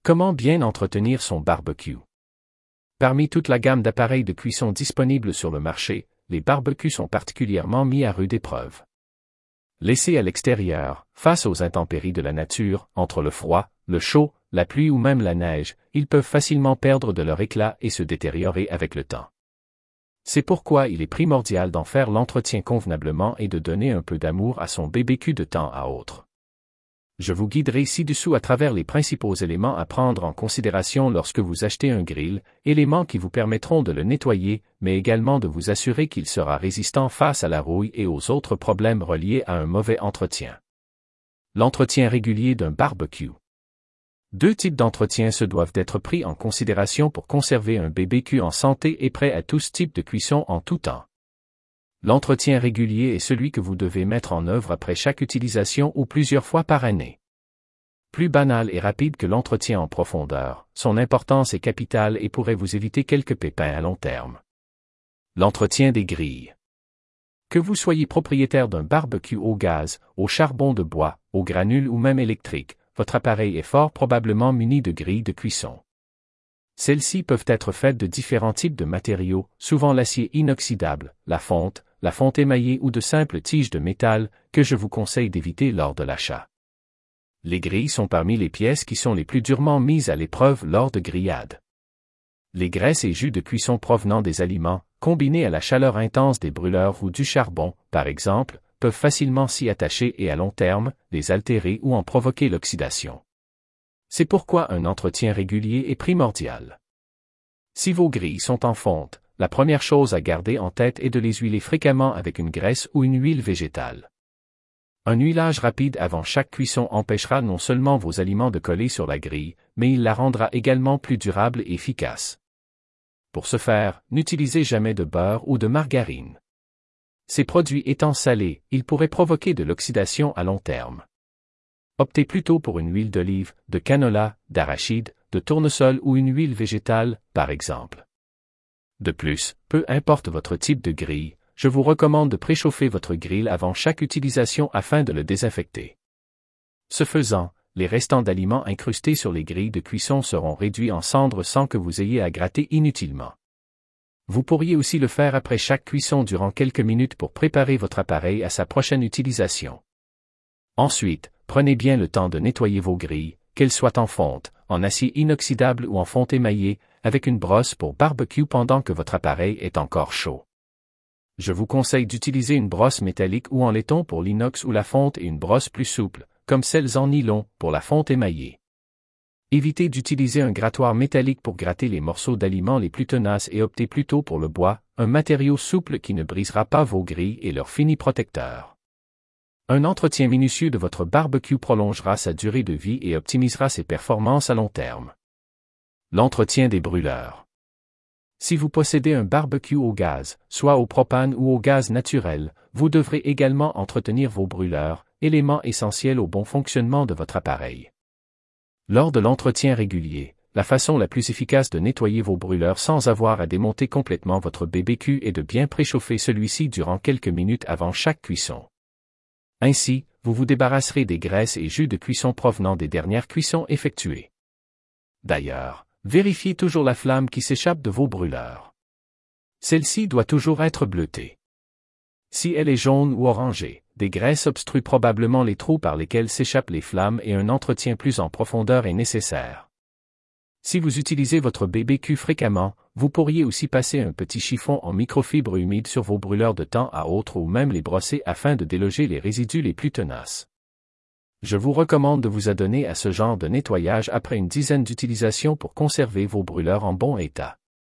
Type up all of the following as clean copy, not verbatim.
Comment bien entretenir son barbecue? Parmi toute la gamme d'appareils de cuisson disponibles sur le marché, les barbecues sont particulièrement mis à rude épreuve. Laissés à l'extérieur, face aux intempéries de la nature, entre le froid, le chaud, la pluie ou même la neige, ils peuvent facilement perdre de leur éclat et se détériorer avec le temps. C'est pourquoi il est primordial d'en faire l'entretien convenablement et de donner un peu d'amour à son barbecue de temps à autre. Je vous guiderai ci-dessous à travers les principaux éléments à prendre en considération lorsque vous achetez un grill, éléments qui vous permettront de le nettoyer, mais également de vous assurer qu'il sera résistant face à la rouille et aux autres problèmes reliés à un mauvais entretien. L'entretien régulier d'un barbecue. Deux types d'entretien se doivent d'être pris en considération pour conserver un barbecue en santé et prêt à tout type de cuisson en tout temps. L'entretien régulier est celui que vous devez mettre en œuvre après chaque utilisation ou plusieurs fois par année. Plus banal et rapide que l'entretien en profondeur, son importance est capitale et pourrait vous éviter quelques pépins à long terme. L'entretien des grilles. Que vous soyez propriétaire d'un barbecue au gaz, au charbon de bois, au granule ou même électrique, votre appareil est fort probablement muni de grilles de cuisson. Celles-ci peuvent être faites de différents types de matériaux, souvent l'acier inoxydable, la fonte émaillée ou de simples tiges de métal, que je vous conseille d'éviter lors de l'achat. Les grilles sont parmi les pièces qui sont les plus durement mises à l'épreuve lors de grillades. Les graisses et jus de cuisson provenant des aliments, combinés à la chaleur intense des brûleurs ou du charbon, par exemple, peuvent facilement s'y attacher et à long terme, les altérer ou en provoquer l'oxydation. C'est pourquoi un entretien régulier est primordial. Si vos grilles sont en fonte, la première chose à garder en tête est de les huiler fréquemment avec une graisse ou une huile végétale. Un huilage rapide avant chaque cuisson empêchera non seulement vos aliments de coller sur la grille, mais il la rendra également plus durable et efficace. Pour ce faire, n'utilisez jamais de beurre ou de margarine. Ces produits étant salés, ils pourraient provoquer de l'oxydation à long terme. Optez plutôt pour une huile d'olive, de canola, d'arachide, de tournesol ou une huile végétale, par exemple. De plus, peu importe votre type de grille, je vous recommande de préchauffer votre grill avant chaque utilisation afin de le désinfecter. Ce faisant, les restants d'aliments incrustés sur les grilles de cuisson seront réduits en cendres sans que vous ayez à gratter inutilement. Vous pourriez aussi le faire après chaque cuisson durant quelques minutes pour préparer votre appareil à sa prochaine utilisation. Ensuite, prenez bien le temps de nettoyer vos grilles, qu'elles soient en fonte, en acier inoxydable ou en fonte émaillée, avec une brosse pour barbecue pendant que votre appareil est encore chaud. Je vous conseille d'utiliser une brosse métallique ou en laiton pour l'inox ou la fonte et une brosse plus souple, comme celles en nylon, pour la fonte émaillée. Évitez d'utiliser un grattoir métallique pour gratter les morceaux d'aliments les plus tenaces et optez plutôt pour le bois, un matériau souple qui ne brisera pas vos grilles et leur fini protecteur. Un entretien minutieux de votre barbecue prolongera sa durée de vie et optimisera ses performances à long terme. L'entretien des brûleurs. Si vous possédez un barbecue au gaz, soit au propane ou au gaz naturel, vous devrez également entretenir vos brûleurs, éléments essentiels au bon fonctionnement de votre appareil. Lors de l'entretien régulier, la façon la plus efficace de nettoyer vos brûleurs sans avoir à démonter complètement votre barbecue est de bien préchauffer celui-ci durant quelques minutes avant chaque cuisson. Ainsi, vous vous débarrasserez des graisses et jus de cuisson provenant des dernières cuissons effectuées. D'ailleurs, vérifiez toujours la flamme qui s'échappe de vos brûleurs. Celle-ci doit toujours être bleutée. Si elle est jaune ou orangée, des graisses obstruent probablement les trous par lesquels s'échappent les flammes et un entretien plus en profondeur est nécessaire. Si vous utilisez votre barbecue fréquemment, vous pourriez aussi passer un petit chiffon en microfibre humide sur vos brûleurs de temps à autre ou même les brosser afin de déloger les résidus les plus tenaces. Je vous recommande de vous adonner à ce genre de nettoyage après une dizaine d'utilisations pour conserver vos brûleurs en bon état.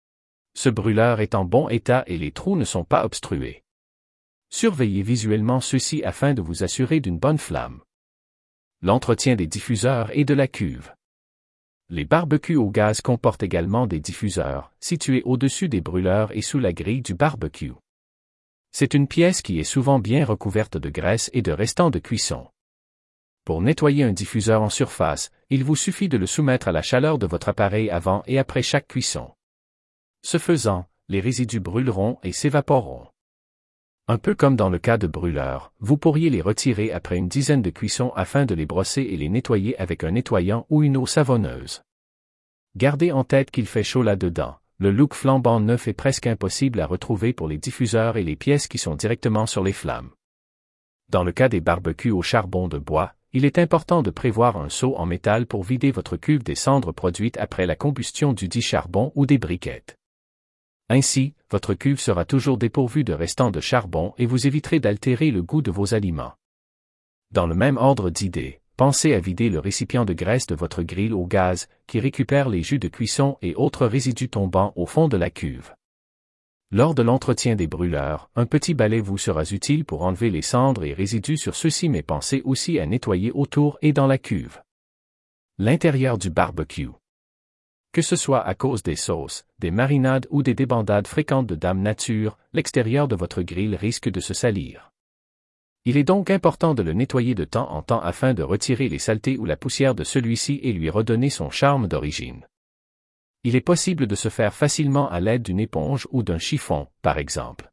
Ce brûleur est en bon état et les trous ne sont pas obstrués. Surveillez visuellement ceux-ci afin de vous assurer d'une bonne flamme. L'entretien des diffuseurs et de la cuve. Les barbecues au gaz comportent également des diffuseurs, situés au-dessus des brûleurs et sous la grille du barbecue. C'est une pièce qui est souvent bien recouverte de graisse et de restants de cuisson. Pour nettoyer un diffuseur en surface, il vous suffit de le soumettre à la chaleur de votre appareil avant et après chaque cuisson. Ce faisant, les résidus brûleront et s'évaporeront. Un peu comme dans le cas de brûleurs, vous pourriez les retirer après une dizaine de cuissons afin de les brosser et les nettoyer avec un nettoyant ou une eau savonneuse. Gardez en tête qu'il fait chaud là-dedans. Le look flambant neuf est presque impossible à retrouver pour les diffuseurs et les pièces qui sont directement sur les flammes. Dans le cas des barbecues au charbon de bois, il est important de prévoir un seau en métal pour vider votre cuve des cendres produites après la combustion du dit charbon ou des briquettes. Ainsi, votre cuve sera toujours dépourvue de restants de charbon et vous éviterez d'altérer le goût de vos aliments. Dans le même ordre d'idées, pensez à vider le récipient de graisse de votre grill au gaz, qui récupère les jus de cuisson et autres résidus tombant au fond de la cuve. Lors de l'entretien des brûleurs, un petit balai vous sera utile pour enlever les cendres et résidus sur ceux-ci, mais pensez aussi à nettoyer autour et dans la cuve. L'intérieur du barbecue. Que ce soit à cause des sauces, des marinades ou des débandades fréquentes de Dame Nature, l'extérieur de votre grill risque de se salir. Il est donc important de le nettoyer de temps en temps afin de retirer les saletés ou la poussière de celui-ci et lui redonner son charme d'origine. Il est possible de se faire facilement à l'aide d'une éponge ou d'un chiffon, par exemple.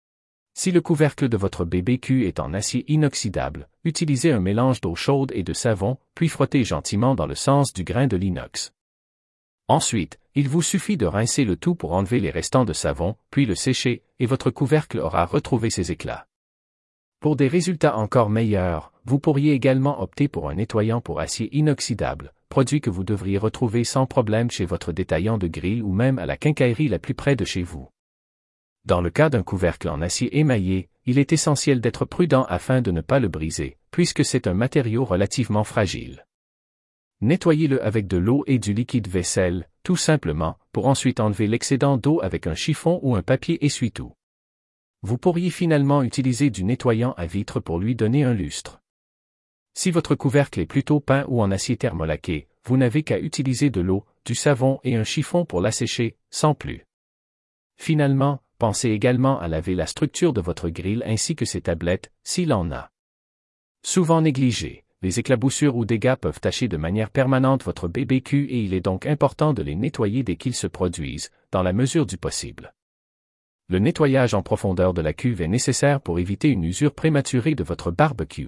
Si le couvercle de votre BBQ est en acier inoxydable, utilisez un mélange d'eau chaude et de savon, puis frottez gentiment dans le sens du grain de l'inox. Ensuite, il vous suffit de rincer le tout pour enlever les restants de savon, puis le sécher, et votre couvercle aura retrouvé ses éclats. Pour des résultats encore meilleurs, vous pourriez également opter pour un nettoyant pour acier inoxydable, produit que vous devriez retrouver sans problème chez votre détaillant de grill ou même à la quincaillerie la plus près de chez vous. Dans le cas d'un couvercle en acier émaillé, il est essentiel d'être prudent afin de ne pas le briser, puisque c'est un matériau relativement fragile. Nettoyez-le avec de l'eau et du liquide vaisselle, tout simplement, pour ensuite enlever l'excédent d'eau avec un chiffon ou un papier essuie-tout. Vous pourriez finalement utiliser du nettoyant à vitre pour lui donner un lustre. Si votre couvercle est plutôt peint ou en acier thermolaqué, vous n'avez qu'à utiliser de l'eau, du savon et un chiffon pour l'assécher, sans plus. Finalement, pensez également à laver la structure de votre grill ainsi que ses tablettes, s'il en a. Souvent négligés, les éclaboussures ou dégâts peuvent tacher de manière permanente votre BBQ et il est donc important de les nettoyer dès qu'ils se produisent, dans la mesure du possible. Le nettoyage en profondeur de la cuve est nécessaire pour éviter une usure prématurée de votre barbecue.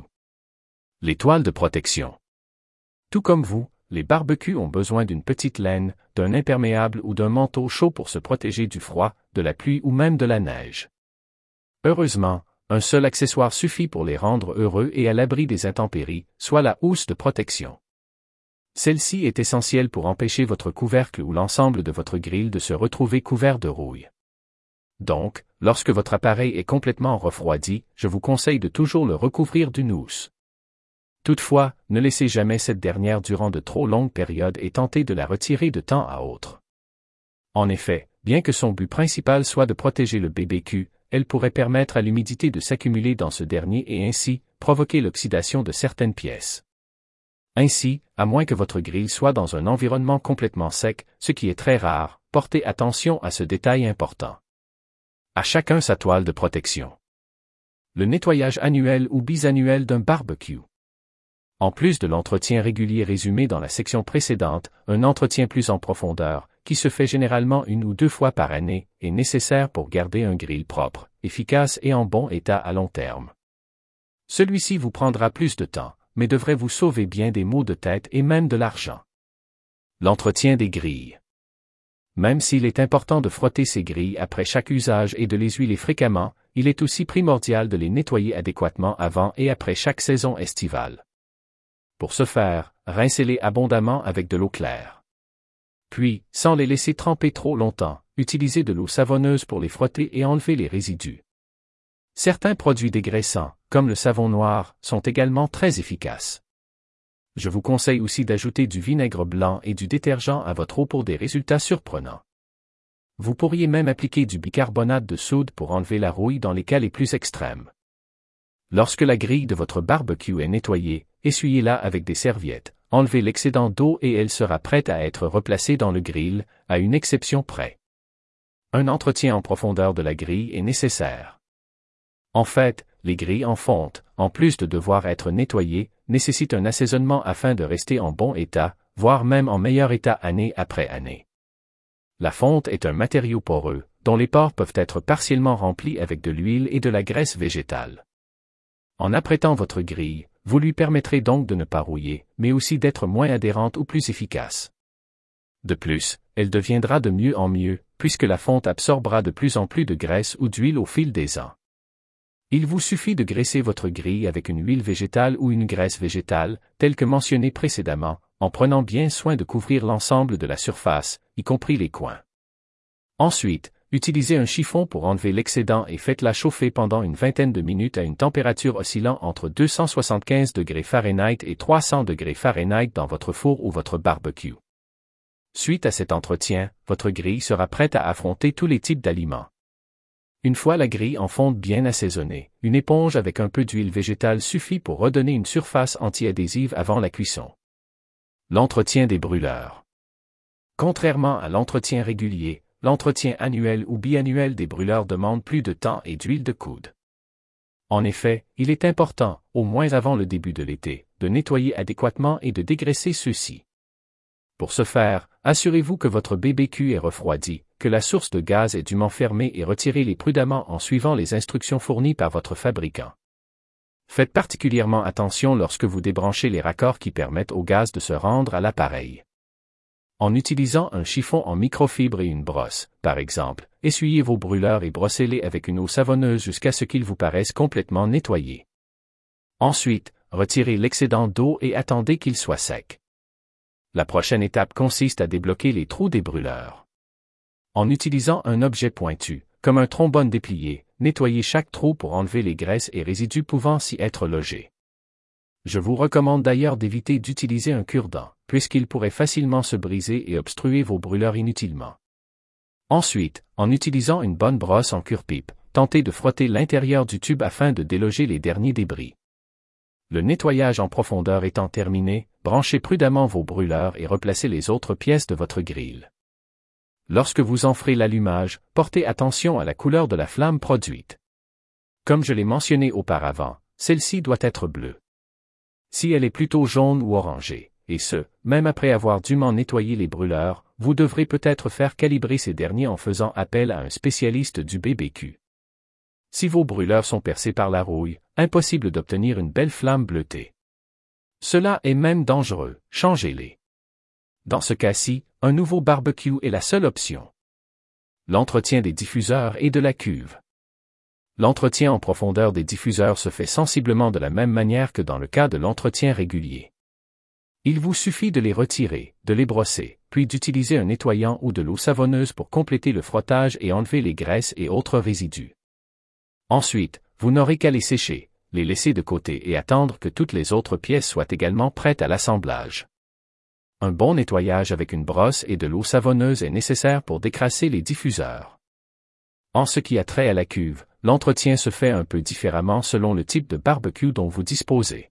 Les toiles de protection. Tout comme vous, les barbecues ont besoin d'une petite laine, d'un imperméable ou d'un manteau chaud pour se protéger du froid, de la pluie ou même de la neige. Heureusement, un seul accessoire suffit pour les rendre heureux et à l'abri des intempéries, soit la housse de protection. Celle-ci est essentielle pour empêcher votre couvercle ou l'ensemble de votre grill de se retrouver couvert de rouille. Donc, lorsque votre appareil est complètement refroidi, je vous conseille de toujours le recouvrir d'une housse. Toutefois, ne laissez jamais cette dernière durant de trop longues périodes et tentez de la retirer de temps à autre. En effet, bien que son but principal soit de protéger le BBQ, elle pourrait permettre à l'humidité de s'accumuler dans ce dernier et ainsi, provoquer l'oxydation de certaines pièces. Ainsi, à moins que votre grill soit dans un environnement complètement sec, ce qui est très rare, portez attention à ce détail important. À chacun sa toile de protection. Le nettoyage annuel ou bisannuel d'un barbecue. En plus de l'entretien régulier résumé dans la section précédente, un entretien plus en profondeur, qui se fait généralement 1 ou 2 fois par année, est nécessaire pour garder un grill propre, efficace et en bon état à long terme. Celui-ci vous prendra plus de temps, mais devrait vous sauver bien des maux de tête et même de l'argent. L'entretien des grilles. Même s'il est important de frotter ces grilles après chaque usage et de les huiler fréquemment, il est aussi primordial de les nettoyer adéquatement avant et après chaque saison estivale. Pour ce faire, rincez-les abondamment avec de l'eau claire. Puis, sans les laisser tremper trop longtemps, utilisez de l'eau savonneuse pour les frotter et enlever les résidus. Certains produits dégraissants, comme le savon noir, sont également très efficaces. Je vous conseille aussi d'ajouter du vinaigre blanc et du détergent à votre eau pour des résultats surprenants. Vous pourriez même appliquer du bicarbonate de soude pour enlever la rouille dans les cas les plus extrêmes. Lorsque la grille de votre barbecue est nettoyée, essuyez-la avec des serviettes, enlevez l'excédent d'eau et elle sera prête à être replacée dans le grill, à une exception près. Un entretien en profondeur de la grille est nécessaire. En fait, les grilles en fonte, en plus de devoir être nettoyées, nécessitent un assaisonnement afin de rester en bon état, voire même en meilleur état année après année. La fonte est un matériau poreux, dont les pores peuvent être partiellement remplis avec de l'huile et de la graisse végétale. En apprêtant votre grille, vous lui permettrez donc de ne pas rouiller, mais aussi d'être moins adhérente ou plus efficace. De plus, elle deviendra de mieux en mieux, puisque la fonte absorbera de plus en plus de graisse ou d'huile au fil des ans. Il vous suffit de graisser votre grille avec une huile végétale ou une graisse végétale, telle que mentionnée précédemment, en prenant bien soin de couvrir l'ensemble de la surface, y compris les coins. Ensuite, utilisez un chiffon pour enlever l'excédent et faites-la chauffer pendant une vingtaine de minutes à une température oscillant entre 275 degrés Fahrenheit et 300 degrés Fahrenheit dans votre four ou votre barbecue. Suite à cet entretien, votre grille sera prête à affronter tous les types d'aliments. Une fois la grille en fonte bien assaisonnée, une éponge avec un peu d'huile végétale suffit pour redonner une surface anti-adhésive avant la cuisson. L'entretien des brûleurs. Contrairement à l'entretien régulier, l'entretien annuel ou biannuel des brûleurs demande plus de temps et d'huile de coude. En effet, il est important, au moins avant le début de l'été, de nettoyer adéquatement et de dégraisser ceux-ci. Pour ce faire, assurez-vous que votre BBQ est refroidi, que la source de gaz est dûment fermée et retirez-les prudemment en suivant les instructions fournies par votre fabricant. Faites particulièrement attention lorsque vous débranchez les raccords qui permettent au gaz de se rendre à l'appareil. En utilisant un chiffon en microfibre et une brosse, par exemple, essuyez vos brûleurs et brossez-les avec une eau savonneuse jusqu'à ce qu'ils vous paraissent complètement nettoyés. Ensuite, retirez l'excédent d'eau et attendez qu'il soit sec. La prochaine étape consiste à débloquer les trous des brûleurs. En utilisant un objet pointu, comme un trombone déplié, nettoyez chaque trou pour enlever les graisses et résidus pouvant s'y être logés. Je vous recommande d'ailleurs d'éviter d'utiliser un cure-dent, puisqu'il pourrait facilement se briser et obstruer vos brûleurs inutilement. Ensuite, en utilisant une bonne brosse en cure-pipe, tentez de frotter l'intérieur du tube afin de déloger les derniers débris. Le nettoyage en profondeur étant terminé, branchez prudemment vos brûleurs et replacez les autres pièces de votre grille. Lorsque vous en ferez l'allumage, portez attention à la couleur de la flamme produite. Comme je l'ai mentionné auparavant, celle-ci doit être bleue. Si elle est plutôt jaune ou orangée, et ce, même après avoir dûment nettoyé les brûleurs, vous devrez peut-être faire calibrer ces derniers en faisant appel à un spécialiste du BBQ. Si vos brûleurs sont percés par la rouille, impossible d'obtenir une belle flamme bleutée. Cela est même dangereux, changez-les. Dans ce cas-ci, un nouveau barbecue est la seule option. L'entretien des diffuseurs et de la cuve. L'entretien en profondeur des diffuseurs se fait sensiblement de la même manière que dans le cas de l'entretien régulier. Il vous suffit de les retirer, de les brosser, puis d'utiliser un nettoyant ou de l'eau savonneuse pour compléter le frottage et enlever les graisses et autres résidus. Ensuite, vous n'aurez qu'à les sécher, les laisser de côté et attendre que toutes les autres pièces soient également prêtes à l'assemblage. Un bon nettoyage avec une brosse et de l'eau savonneuse est nécessaire pour décrasser les diffuseurs. En ce qui a trait à la cuve, l'entretien se fait un peu différemment selon le type de barbecue dont vous disposez.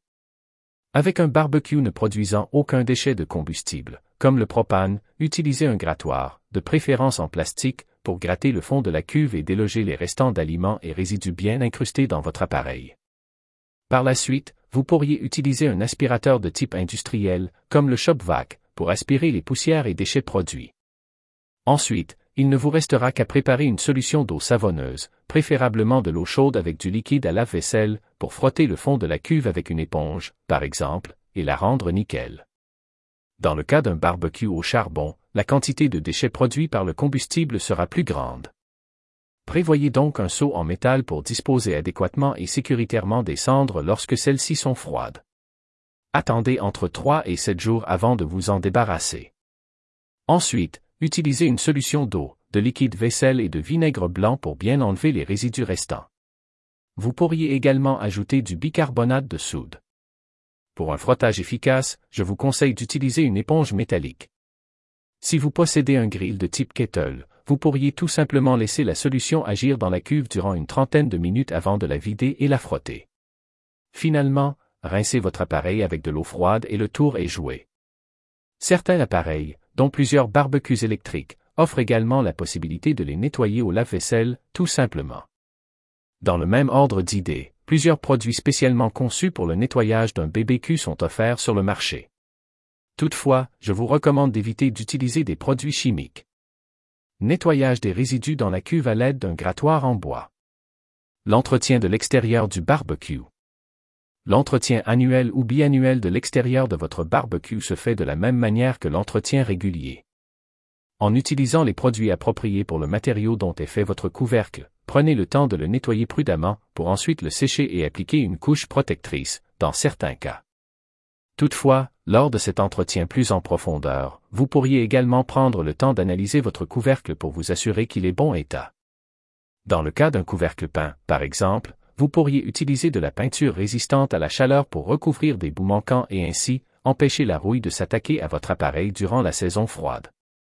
Avec un barbecue ne produisant aucun déchet de combustible, comme le propane, utilisez un grattoir, de préférence en plastique, pour gratter le fond de la cuve et déloger les restants d'aliments et résidus bien incrustés dans votre appareil. Par la suite, vous pourriez utiliser un aspirateur de type industriel, comme le Shop-Vac, pour aspirer les poussières et déchets produits. Ensuite, il ne vous restera qu'à préparer une solution d'eau savonneuse, préférablement de l'eau chaude avec du liquide à lave-vaisselle, pour frotter le fond de la cuve avec une éponge, par exemple, et la rendre nickel. Dans le cas d'un barbecue au charbon, la quantité de déchets produits par le combustible sera plus grande. Prévoyez donc un seau en métal pour disposer adéquatement et sécuritairement des cendres lorsque celles-ci sont froides. Attendez entre 3 et 7 jours avant de vous en débarrasser. Ensuite, utilisez une solution d'eau, de liquide vaisselle et de vinaigre blanc pour bien enlever les résidus restants. Vous pourriez également ajouter du bicarbonate de soude. Pour un frottage efficace, je vous conseille d'utiliser une éponge métallique. Si vous possédez un grill de type kettle, vous pourriez tout simplement laisser la solution agir dans la cuve durant une trentaine de minutes avant de la vider et la frotter. Finalement, rincez votre appareil avec de l'eau froide et le tour est joué. Certains appareils, dont plusieurs barbecues électriques, offrent également la possibilité de les nettoyer au lave-vaisselle, tout simplement. Dans le même ordre d'idées, plusieurs produits spécialement conçus pour le nettoyage d'un BBQ sont offerts sur le marché. Toutefois, je vous recommande d'éviter d'utiliser des produits chimiques. Nettoyage des résidus dans la cuve à l'aide d'un grattoir en bois. L'entretien de l'extérieur du barbecue. L'entretien annuel ou biannuel de l'extérieur de votre barbecue se fait de la même manière que l'entretien régulier. En utilisant les produits appropriés pour le matériau dont est fait votre couvercle, prenez le temps de le nettoyer prudemment pour ensuite le sécher et appliquer une couche protectrice, dans certains cas. Toutefois, lors de cet entretien plus en profondeur, vous pourriez également prendre le temps d'analyser votre couvercle pour vous assurer qu'il est bon état. Dans le cas d'un couvercle peint, par exemple, vous pourriez utiliser de la peinture résistante à la chaleur pour recouvrir des bouts manquants et ainsi empêcher la rouille de s'attaquer à votre appareil durant la saison froide.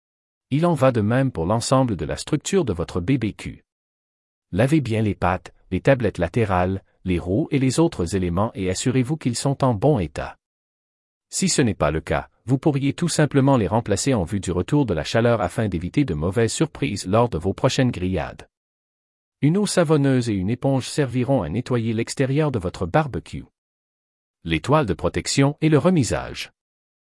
Il en va de même pour l'ensemble de la structure de votre BBQ. Lavez bien les pattes, les tablettes latérales, les roues et les autres éléments et assurez-vous qu'ils sont en bon état. Si ce n'est pas le cas, vous pourriez tout simplement les remplacer en vue du retour de la chaleur afin d'éviter de mauvaises surprises lors de vos prochaines grillades. Une eau savonneuse et une éponge serviront à nettoyer l'extérieur de votre barbecue. Les toiles de protection et le remisage.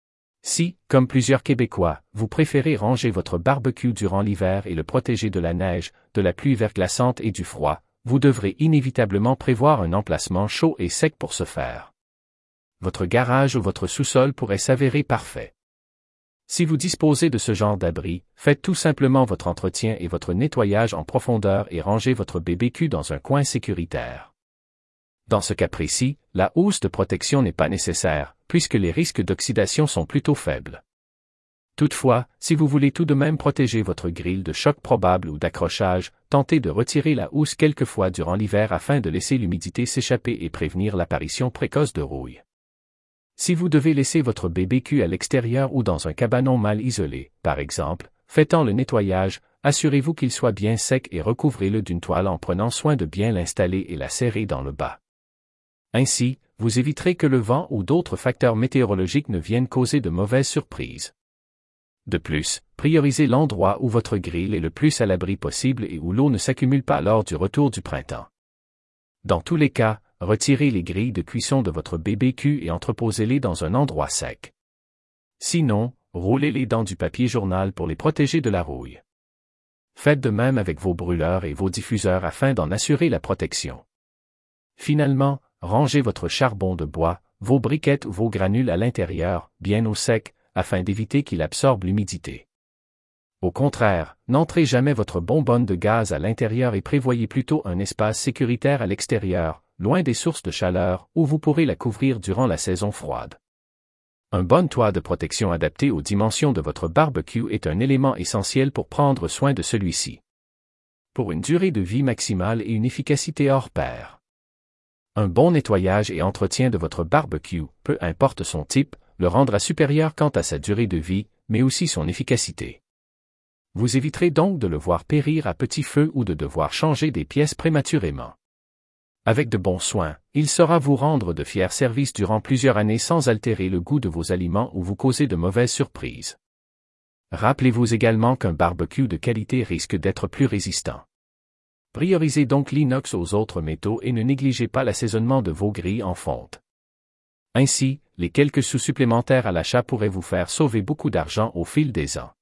Si, comme plusieurs Québécois, vous préférez ranger votre barbecue durant l'hiver et le protéger de la neige, de la pluie verglaçante et du froid, vous devrez inévitablement prévoir un emplacement chaud et sec pour ce faire. Votre garage ou votre sous-sol pourrait s'avérer parfait. Si vous disposez de ce genre d'abri, faites tout simplement votre entretien et votre nettoyage en profondeur et rangez votre BBQ dans un coin sécuritaire. Dans ce cas précis, la housse de protection n'est pas nécessaire, puisque les risques d'oxydation sont plutôt faibles. Toutefois, si vous voulez tout de même protéger votre grille de choc probable ou d'accrochage, tentez de retirer la housse quelquefois durant l'hiver afin de laisser l'humidité s'échapper et prévenir l'apparition précoce de rouille. Si vous devez laisser votre BBQ à l'extérieur ou dans un cabanon mal isolé, par exemple, faites-en le nettoyage, assurez-vous qu'il soit bien sec et recouvrez-le d'une toile en prenant soin de bien l'installer et la serrer dans le bas. Ainsi, vous éviterez que le vent ou d'autres facteurs météorologiques ne viennent causer de mauvaises surprises. De plus, priorisez l'endroit où votre grille est le plus à l'abri possible et où l'eau ne s'accumule pas lors du retour du printemps. Dans tous les cas, retirez les grilles de cuisson de votre BBQ et entreposez-les dans un endroit sec. Sinon, roulez-les dans du papier journal pour les protéger de la rouille. Faites de même avec vos brûleurs et vos diffuseurs afin d'en assurer la protection. Finalement, rangez votre charbon de bois, vos briquettes ou vos granules à l'intérieur, bien au sec, afin d'éviter qu'il absorbe l'humidité. Au contraire, n'entrez jamais votre bonbonne de gaz à l'intérieur et prévoyez plutôt un espace sécuritaire à l'extérieur, loin des sources de chaleur, où vous pourrez la couvrir durant la saison froide. Un bon toit de protection adapté aux dimensions de votre barbecue est un élément essentiel pour prendre soin de celui-ci. Pour une durée de vie maximale et une efficacité hors pair. Un bon nettoyage et entretien de votre barbecue, peu importe son type, le rendra supérieur quant à sa durée de vie, mais aussi son efficacité. Vous éviterez donc de le voir périr à petit feu ou de devoir changer des pièces prématurément. Avec de bons soins, il saura vous rendre de fiers services durant plusieurs années sans altérer le goût de vos aliments ou vous causer de mauvaises surprises. Rappelez-vous également qu'un barbecue de qualité risque d'être plus résistant. Priorisez donc l'inox aux autres métaux et ne négligez pas l'assaisonnement de vos grilles en fonte. Ainsi, les quelques sous supplémentaires à l'achat pourraient vous faire sauver beaucoup d'argent au fil des ans.